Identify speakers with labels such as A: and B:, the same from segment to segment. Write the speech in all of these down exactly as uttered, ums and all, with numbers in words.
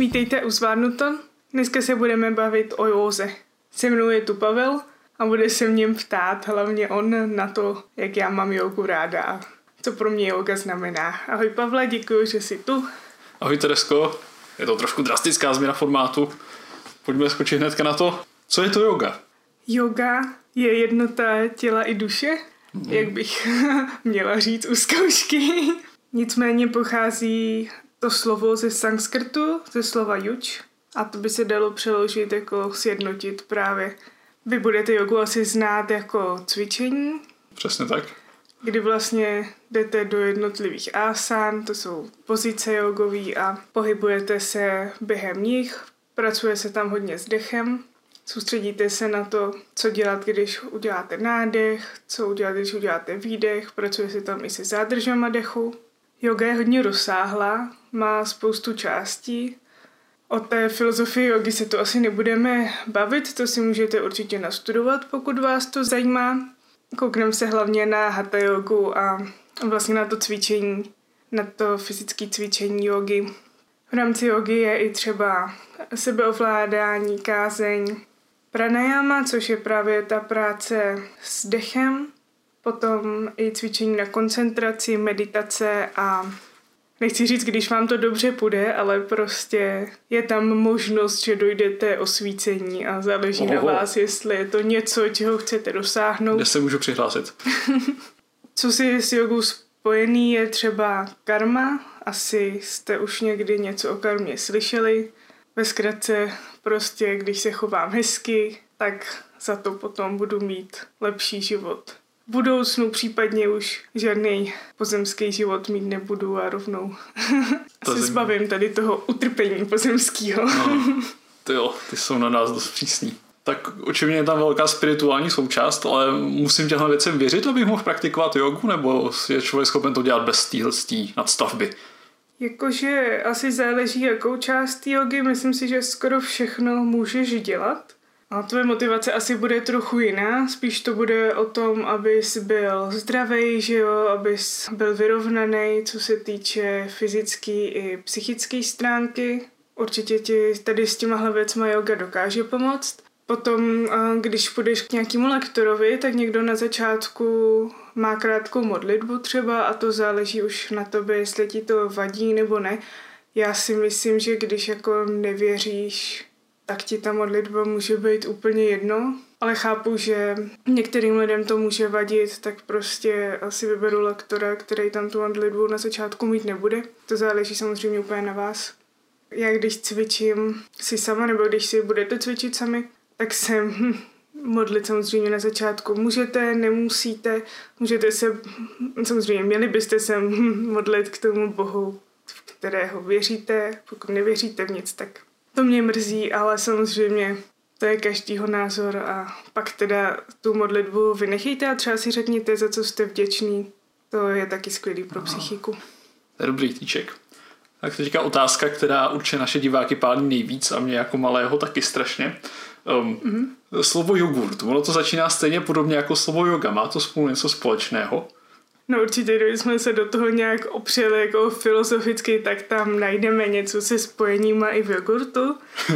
A: Vítejte u Zvládnuto. Dneska se budeme bavit o józe. Se mnou je tu Pavel a bude se mě ptát hlavně on na to, jak já mám jógu ráda a co pro mě jóga znamená. Ahoj Pavle, děkuji, že jsi tu.
B: Ahoj Teresko, je to trošku drastická změna formátu. Pojďme skočit hnedka na to, co je to jóga?
A: Jóga je jednota těla i duše, mm. jak bych měla říct u zkoušky. Nicméně pochází to slovo ze sanskrtu, ze slova juč, a to by se dalo přeložit jako sjednotit právě. Vy budete jogu asi znát jako cvičení.
B: Přesně tak.
A: Kdy vlastně jdete do jednotlivých asán, to jsou pozice jogový a pohybujete se během nich, pracuje se tam hodně s dechem, soustředíte se na to, co dělat, když uděláte nádech, co udělat, když uděláte výdech, pracuje se tam i se zádržema dechu. Yoga je hodně rozsáhlá, má spoustu částí. O té filozofii jogy se to asi nebudeme bavit, to si můžete určitě nastudovat, pokud vás to zajímá. Koukneme se hlavně na hatha jogu a vlastně na to cvičení, na to fyzické cvičení jogy. V rámci jogy je i třeba sebeovládání, kázeň, pranayama, což je právě ta práce s dechem, potom i cvičení na koncentraci, meditace a nechci říct, když vám to dobře půjde, ale prostě je tam možnost, že dojdete osvícení a záleží Oho. na vás, jestli je to něco, čeho chcete dosáhnout.
B: Kde se můžu přihlásit?
A: Co si s jogou spojený je třeba karma. Asi jste už někdy něco o karmě slyšeli. Ve zkratce prostě, když se chovám hezky, tak za to potom budu mít lepší život. V budoucnu případně už žádný pozemský život mít nebudu a rovnou se zbavím tady toho utrpení pozemského.
B: No, ty jo, ty jsou na nás dost přísný. Tak očividně je tam velká spirituální součást, ale musím těmhle věcem věřit, abych mohl praktikovat jogu, nebo je člověk schopen to dělat bez téhle nadstavby?
A: Jakože asi záleží, jakou část jogy. Myslím si, že skoro všechno můžeš dělat. A tvoje motivace asi bude trochu jiná, spíš to bude o tom, abys byl zdravý, že jo, abys byl vyrovnaný, co se týče fyzické i psychické stránky. Určitě ti tady s těmahle věcma yoga dokáže pomoct. Potom, když půjdeš k nějakému lektorovi, tak někdo na začátku má krátkou modlitbu třeba a to záleží už na tobě, jestli ti to vadí nebo ne. Já si myslím, že když jako nevěříš, tak ti ta modlitba může být úplně jedno, ale chápu, že některým lidem to může vadit, tak prostě asi vyberu lektora, který tam tu modlitbu na začátku mít nebude. To záleží samozřejmě úplně na vás. Já když cvičím si sama, nebo když si budete cvičit sami, tak se modlit samozřejmě na začátku můžete, nemusíte, můžete se, samozřejmě měli byste se modlit k tomu Bohu, v kterého věříte, pokud nevěříte v nic, tak to mě mrzí, ale samozřejmě to je každýho názor a pak teda tu modlitbu vynechejte a třeba si řekněte, za co jste vděční. To je taky skvělý pro psychiku.
B: To je dobrý týček. Tak teďka otázka, která určitě naše diváky pálí nejvíc a mě jako malého taky strašně. Um, mm-hmm. Slovo jogurt, ono to začíná stejně podobně jako slovo yoga. Má to spolu něco společného?
A: No určitě, když jsme se do toho nějak opřeli jako filozoficky, tak tam najdeme něco se spojeníma i v jogurtu.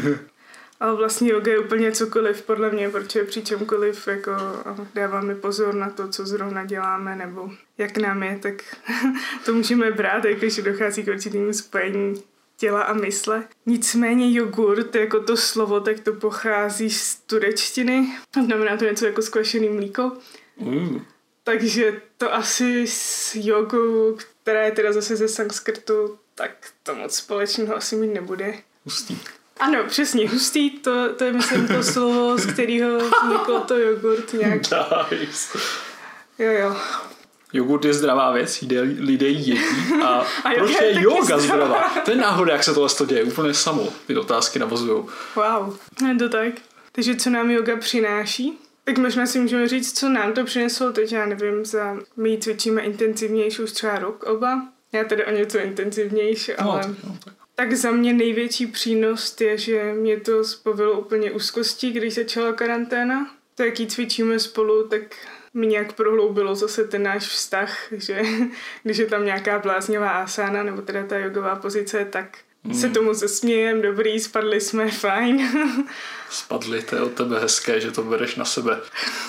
A: Ale vlastně yoga je úplně cokoliv podle mě, protože při čemkoliv jako dáváme pozor na to, co zrovna děláme nebo jak nám je, tak to můžeme brát, jakože dochází k určitému spojení těla a mysle. Nicméně jogurt, jako to slovo, tak to pochází z turečtiny. Znamená to něco jako skvašený mlíko. Mm. Takže to asi s jogou, která je teda zase ze sanskrtu, tak to moc společného asi mít nebude.
B: Hustý.
A: Ano, přesně, hustý, to, to je myslím to slovo, z kterého vzniklo to jogurt nějak.
B: Nice.
A: Jo, jo.
B: Jogurt je zdravá věc, lidé jedí. A, a proč je, je yoga zdravá? To je náhoda, jak se tohle děje, úplně samo. Ty otázky navozujou.
A: Wow, je to tak. Takže co nám yoga přináší? Tak možná si můžeme říct, co nám to přineslo, teď já nevím, za my cvičíme intenzivnější už třeba rok oba. Já tedy o něco intenzivnější, ale
B: no, no, tak.
A: tak za mě největší přínos je, že mě to zbavilo úplně úzkostí, když začala karanténa. To, jaký cvičíme spolu, tak mi nějak prohloubilo zase ten náš vztah, že když je tam nějaká bláznivá asána nebo teda ta jogová pozice, tak hmm. se tomu zasmějem, dobrý, spadli jsme, fajn.
B: Spadli, to je od tebe hezké, že to bereš na sebe.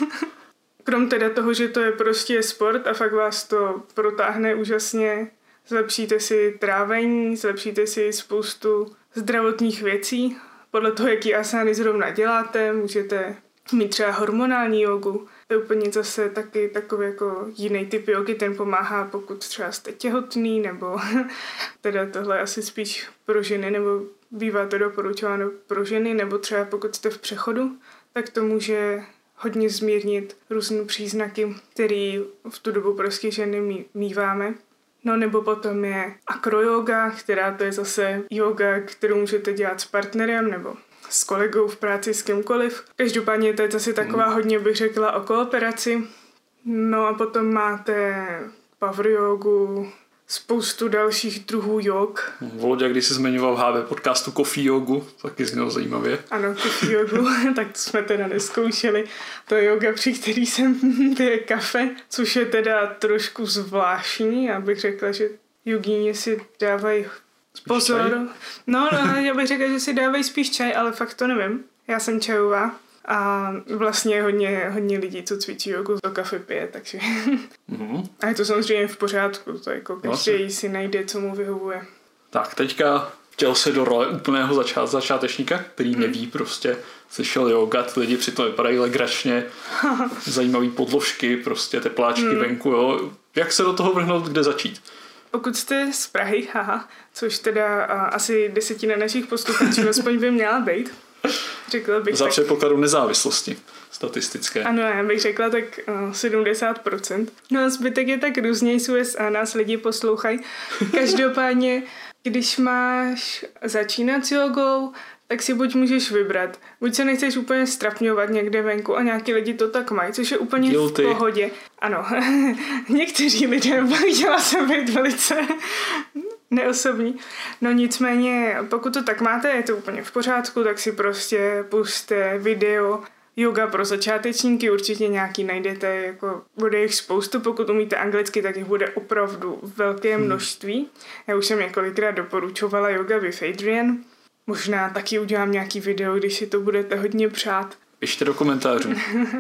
A: Krom teda toho, že to je prostě sport a fakt vás to protáhne úžasně, zlepšíte si trávení, zlepšíte si spoustu zdravotních věcí. Podle toho, jaký asány zrovna děláte, můžete mít třeba hormonální jogu. To je úplně zase taky takový jako jiný typ jogy, ten pomáhá, pokud třeba jste těhotný, nebo teda tohle asi spíš pro ženy, nebo bývá to doporučováno pro ženy, nebo třeba pokud jste v přechodu, tak to může hodně zmírnit různé příznaky, které v tu dobu prostě ženy míváme. No nebo potom je akroyoga, která to je zase yoga, kterou můžete dělat s partnerem nebo s kolegou v práci, s kýmkoliv. Každopádně to je zase taková hodně, bych řekla, o kooperaci. No a potom máte power jogu, spoustu dalších druhů jog.
B: Volodě, když jsi zmiňoval v há bé podcastu Coffee jogu, taky znělo zajímavě.
A: Ano, coffee jogu, tak to jsme teda neskoušeli. To je yoga, při který jsem pije kafe, což je teda trošku zvláštní. Já bych řekla, že jogíni si dávají pozor. No, no, já bych řekla, že si dávají spíš čaj, ale fakt to nevím. Já jsem čajová. A vlastně hodně, hodně lidí, co cvičí jogu, to kafe pije, takže... Mm-hmm. A je to samozřejmě v pořádku, to jako každý vlastně si najde, co mu vyhovuje.
B: Tak, teďka chtěl se do role úplného začát, začátečníka, který mm. neví prostě, slyšel yoga, ty lidi přitom vypadají legračně, zajímavý podložky, prostě tepláčky mm. venku, jo. Jak se do toho vrhnout, kde začít?
A: Pokud jste z Prahy, haha, což teda a, asi desetina našich posluchačů aspoň by měla být, řekla bych
B: za
A: tak...
B: předpokladu nezávislosti statistické.
A: Ano, já bych řekla tak uh, sedmdesát procent. No a zbytek je tak různě, z U S A nás lidi poslouchají. Každopádně, když máš začínat s jogou, tak si buď můžeš vybrat. Buď se nechceš úplně strapňovat někde venku a nějaký lidi to tak mají, což je úplně Guilty. V pohodě. Ano, někteří lidé chtěla jsem být velice neosobní. No nicméně, pokud to tak máte, je to úplně v pořádku, tak si prostě puste video yoga pro začátečníky, určitě nějaký najdete, jako bude jich spoustu, pokud umíte anglicky, tak jich bude opravdu velké množství. Já už jsem několikrát doporučovala Yoga with Adriene. Možná taky udělám nějaký video, když si to budete hodně přát.
B: Pište do komentářů.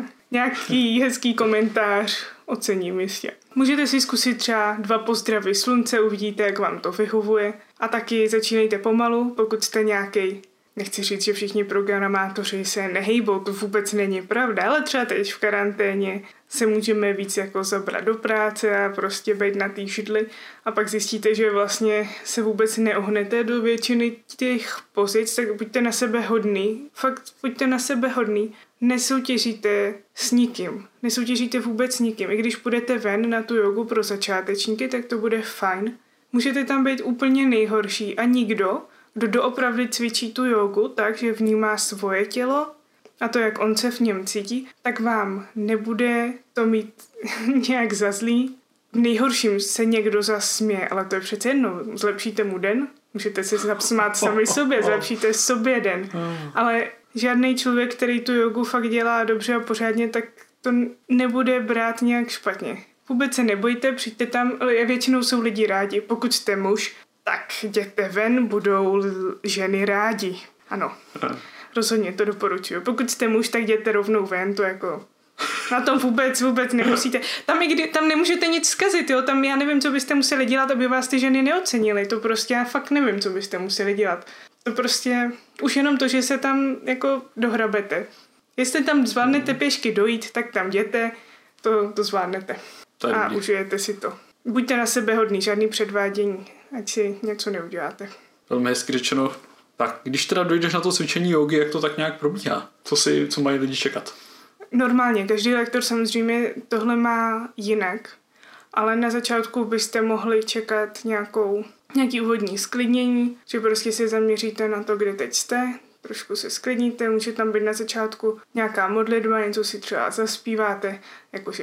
A: Nějaký hezký komentář, ocením jistě. Můžete si zkusit třeba dva pozdravy slunce, uvidíte, jak vám to vyhovuje. A taky začínejte pomalu, pokud jste nějaký. Nechci říct, že všichni programátoři se nehejbou, to vůbec není pravda, ale třeba teď v karanténě se můžeme víc jako zabrat do práce a prostě být na té židli a pak zjistíte, že vlastně se vůbec neohnete do většiny těch pozic, tak buďte na sebe hodný, fakt buďte na sebe hodný, nesoutěžíte s nikým, nesoutěžíte vůbec s nikým, i když půjdete ven na tu jogu pro začátečníky, tak to bude fajn. Můžete tam být úplně nejhorší a nikdo, kdo doopravdy cvičí tu jogu tak, že vnímá svoje tělo a to, jak on se v něm cítí, tak vám nebude to mít nějak za zlý. V nejhorším se někdo zasměje, ale to je přece jedno. Zlepšíte mu den, můžete se zasmát sami sobě, zlepšíte sobě den. Ale žádný člověk, který tu jogu fakt dělá dobře a pořádně, tak to nebude brát nějak špatně. Vůbec se nebojte, přijďte tam, ale většinou jsou lidi rádi. Pokud jste muž, tak jděte ven, budou ženy rádi. Ano, rozhodně to doporučuji. Pokud jste muž, tak jděte rovnou ven, to jako... Na tom vůbec, vůbec nemusíte. Tam, kdy, tam nemůžete nic zkazit, jo? Tam já nevím, co byste museli dělat, aby vás ty ženy neocenily. To prostě já fakt nevím, co byste museli dělat. To prostě už jenom to, že se tam jako dohrabete. Jestli tam zvládnete pěšky dojít, tak tam jděte, to, to zvládnete. To a užijete si to. Buďte na sebe hodný, žádný předvádění, ať si něco neuděláte.
B: Velmi hezky řečeno. Tak, když teda dojdeš na to cvičení jogy, jak to tak nějak probíhá? Co si, co mají lidi čekat?
A: Normálně, každý lektor samozřejmě tohle má jinak, ale na začátku byste mohli čekat nějakou, nějaký úvodní sklidnění, že prostě se zaměříte na to, kde teď jste, trošku se sklidníte, může tam být na začátku nějaká modlitba, něco si třeba zaspíváte, jakože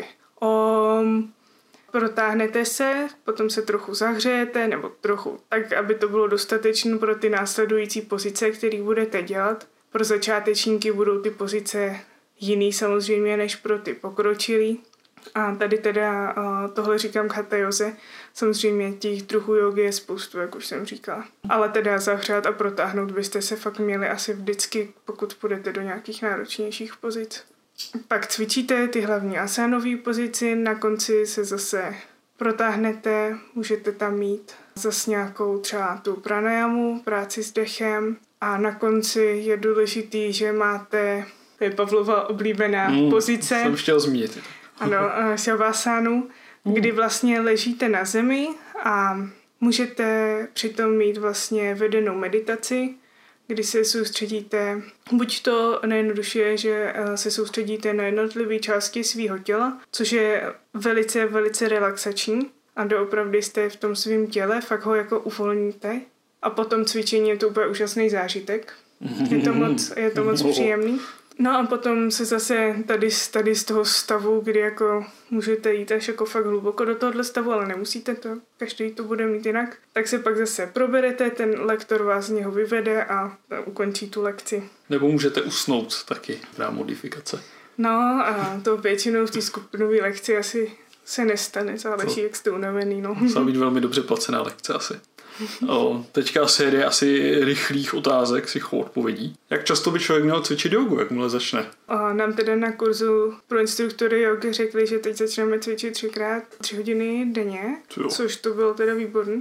A: om, protáhnete se, potom se trochu zahřejete, nebo trochu tak, aby to bylo dostatečné pro ty následující pozice, které budete dělat. Pro začátečníky budou ty pozice jiný samozřejmě než pro ty pokročilý. A tady teda uh, tohle říkám k hatha józe. Samozřejmě těch druhů jogy je spoustu, jak už jsem říkala. Ale teda zahřát a protáhnout byste se fakt měli asi vždycky, pokud půjdete do nějakých náročnějších pozic. Pak cvičíte ty hlavní asánové pozici, na konci se zase protáhnete, můžete tam mít zase nějakou třeba tu pranajamu, práci s dechem a na konci je důležitý, že máte, to je Pavlova oblíbená mm, pozice.
B: Jsem chtěl zmínit.
A: Ano, šavasánu, mm. kdy vlastně ležíte na zemi a můžete přitom mít vlastně vedenou meditaci, kdy se soustředíte, buď to nejjednodušší je, že se soustředíte na jednotlivé části svého těla, což je velice, velice relaxační a doopravdy jste v tom svém těle, fakt ho jako uvolníte a potom cvičení je to úplně úžasný zážitek. Je to moc, je to moc příjemný. No a potom se zase tady, tady z toho stavu, kdy jako můžete jít až jako fakt hluboko do tohohle stavu, ale nemusíte to, každý to bude mít jinak, tak se pak zase proberete, ten lektor vás z něho vyvede a ukončí tu lekci.
B: Nebo můžete usnout taky, právě modifikace.
A: No a to většinou v té skupinové lekci asi se nestane, záleží, to, jak jste unavený. No.
B: Musela být velmi dobře placená lekce asi. O, teďka série asi rychlých otázek, si odpovědí. Jak často by člověk měl cvičit jogu, jakmile začne?
A: O, nám teda na kurzu pro instruktory jogy řekli, že teď začneme cvičit třikrát tři hodiny denně, což to bylo teda výborný.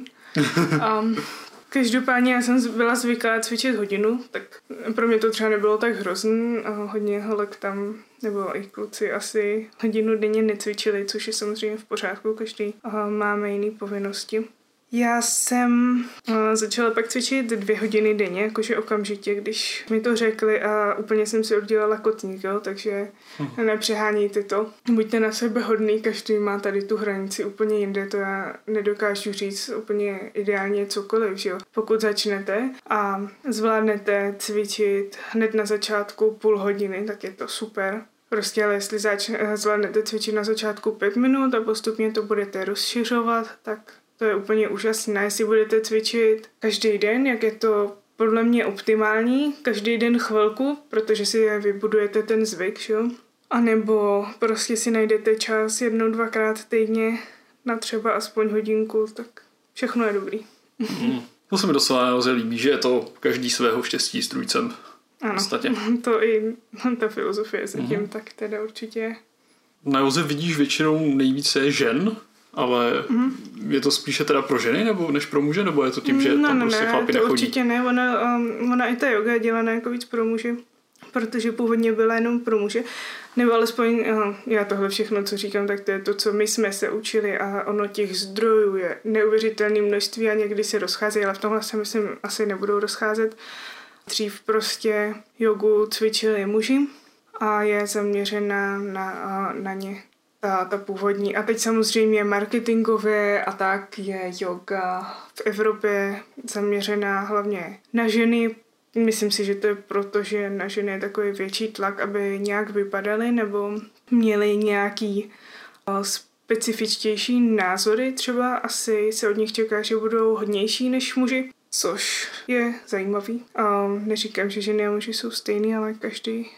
A: um, Každopádně já jsem byla zvyklá cvičit hodinu, tak pro mě to třeba nebylo tak hrozný. Hodně holek tam, nebo i kluci asi hodinu denně necvičili, což je samozřejmě v pořádku, každý máme jiné povinnosti. Já jsem začala pak cvičit dvě hodiny denně, jakože okamžitě, když mi to řekli a úplně jsem si oddělala kotník, jo, takže hmm. nepřehánějte to. Buďte na sebe hodný, každý má tady tu hranici úplně jinde, to já nedokážu říct úplně ideálně cokoliv, že jo. Pokud začnete a zvládnete cvičit hned na začátku půl hodiny, tak je to super. Prostě ale jestli zač- zvládnete cvičit na začátku pět minut a postupně to budete rozšiřovat, tak to je úplně úžasné. Jestli budete cvičit každý den, jak je to podle mě optimální, každý den chvilku, protože si vybudujete ten zvyk, že jo? A nebo prostě si najdete čas jednou, dvakrát týdně na třeba aspoň hodinku, tak všechno je dobrý.
B: Mm. To se mi docela naozaj líbí, že je to každý svého štěstí strůjcem.
A: Ano, to i ta filozofie se tím mm. tak teda určitě.
B: Na józe vidíš většinou nejvíce žen, ale mm. je to spíše teda pro ženy nebo než pro muže, nebo je to tím, že
A: no,
B: tam
A: no,
B: prostě
A: ne,
B: chlapi
A: to
B: nechodí?
A: Určitě ne, ona, um, ona i ta yoga je dělaná jako víc pro muže, protože původně byla jenom pro muže, nebo alespoň uh, já tohle všechno, co říkám, tak to je to, co my jsme se učili a ono těch zdrojů je neuvěřitelné množství a někdy se rozcházejí, ale v tomhle se myslím asi nebudou rozcházet. Dřív prostě jogu cvičili muži a je zaměřená na, na ně. Ta, ta původní. A teď samozřejmě marketingově a tak je yoga v Evropě zaměřená hlavně na ženy. Myslím si, že to je proto, že na ženy je takový větší tlak, aby nějak vypadaly nebo měly nějaký uh, specifičtější názory. Třeba asi se od nich čeká, že budou hodnější než muži, což je zajímavý. Um, neříkám, že ženy a muži jsou stejný, ale každý,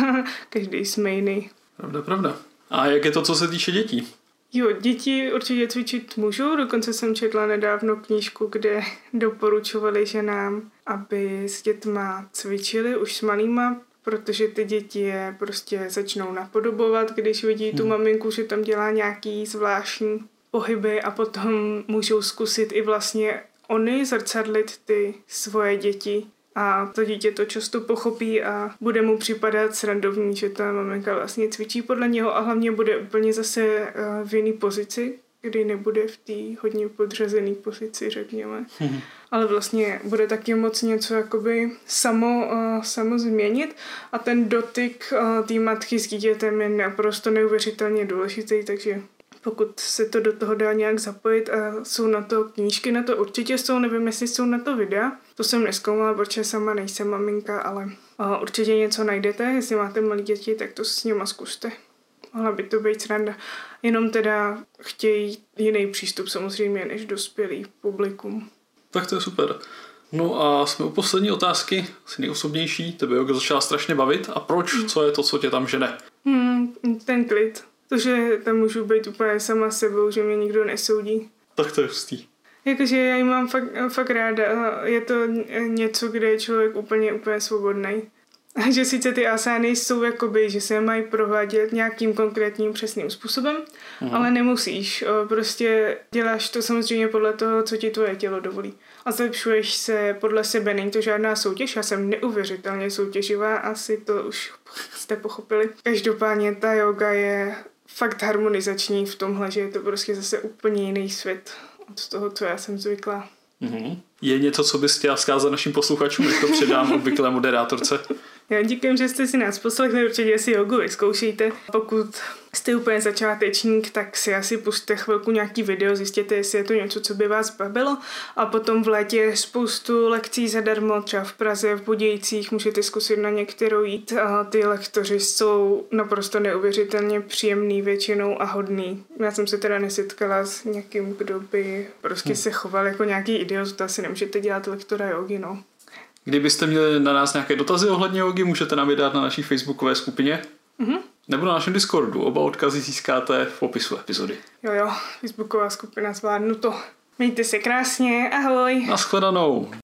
A: každý jsme jiný.
B: Pravda, pravda. A jak je to, co se týče dětí?
A: Jo, děti určitě cvičit můžou, dokonce jsem četla nedávno knížku, kde doporučovali ženám, aby s dětma cvičili už s malýma, protože ty děti je prostě začnou napodobovat, když vidí tu maminku, že tam dělá nějaký zvláštní pohyby a potom můžou zkusit i vlastně oni zrcadlit ty svoje děti. A to dítě to často pochopí a bude mu připadat srandovní, že ta maminka vlastně cvičí podle něho a hlavně bude úplně zase v jiný pozici, kdy nebude v té hodně podřazené pozici, řekněme. Hmm. Ale vlastně bude taky moc něco jakoby samo, uh, samo změnit a ten dotyk uh, té matky s dítětem je naprosto neuvěřitelně důležitý, takže pokud se to do toho dá nějak zapojit a jsou na to knížky, na to určitě jsou, nevím, jestli jsou na to videa, to jsem nezkoumala, protože sama nejsem maminka, ale uh, určitě něco najdete, jestli máte malé děti, tak to s nima zkuste. Mohla by to být sranda. Jenom teda chtějí jiný přístup samozřejmě než dospělý publikum.
B: Tak to je super. No a jsme u poslední otázky, asi nejosobnější, tebe yoga začala strašně bavit a proč, mm. co je to, co tě tam žene?
A: Mm, ten klid. To, že tam můžu být úplně sama sebou, že mě nikdo nesoudí.
B: Tak to je hustý.
A: Jakože já ji mám fakt, fakt ráda. Je to něco, kde je člověk úplně, úplně svobodný. A že sice ty asány jsou jakoby, že se mají provádět nějakým konkrétním přesným způsobem, mhm. ale nemusíš. Prostě děláš to samozřejmě podle toho, co ti tvoje tělo dovolí. A zlepšuješ se podle sebe. Není to žádná soutěž, já jsem neuvěřitelně soutěživá, asi to už jste pochopili. Každopádně ta yoga je fakt harmonizační v tomhle, že je to prostě zase úplně jiný svět od toho, co já jsem zvyklá.
B: Mm-hmm. Je něco, co bys chtěla vzkázat našim posluchačům, než to předám obvyklé moderátorce?
A: Já díky, že jste si nás poslechli, určitě si jogu vyzkoušejte. Pokud jste úplně začátečník, tak si asi pusťte chvilku nějaký video, zjistěte, jestli je to něco, co by vás bavilo. A potom v létě je spoustu lekcí zadarmo, třeba v Praze, v Budějcích, můžete zkusit na některou jít. A ty lektoři jsou naprosto neuvěřitelně příjemný většinou a hodný. Já jsem se teda nesetkala s někým, kdo by prostě hmm. se choval jako nějaký idiot, to asi nemůžete dělat lektora jogy, no.
B: Kdybyste měli na nás nějaké dotazy ohledně jogy, můžete nám je dát na naší facebookové skupině mm-hmm. nebo na našem Discordu. Oba odkazy získáte v popisu epizody.
A: Jo jo, facebooková skupina zvládnu to. Mějte se krásně, ahoj.
B: Naschledanou.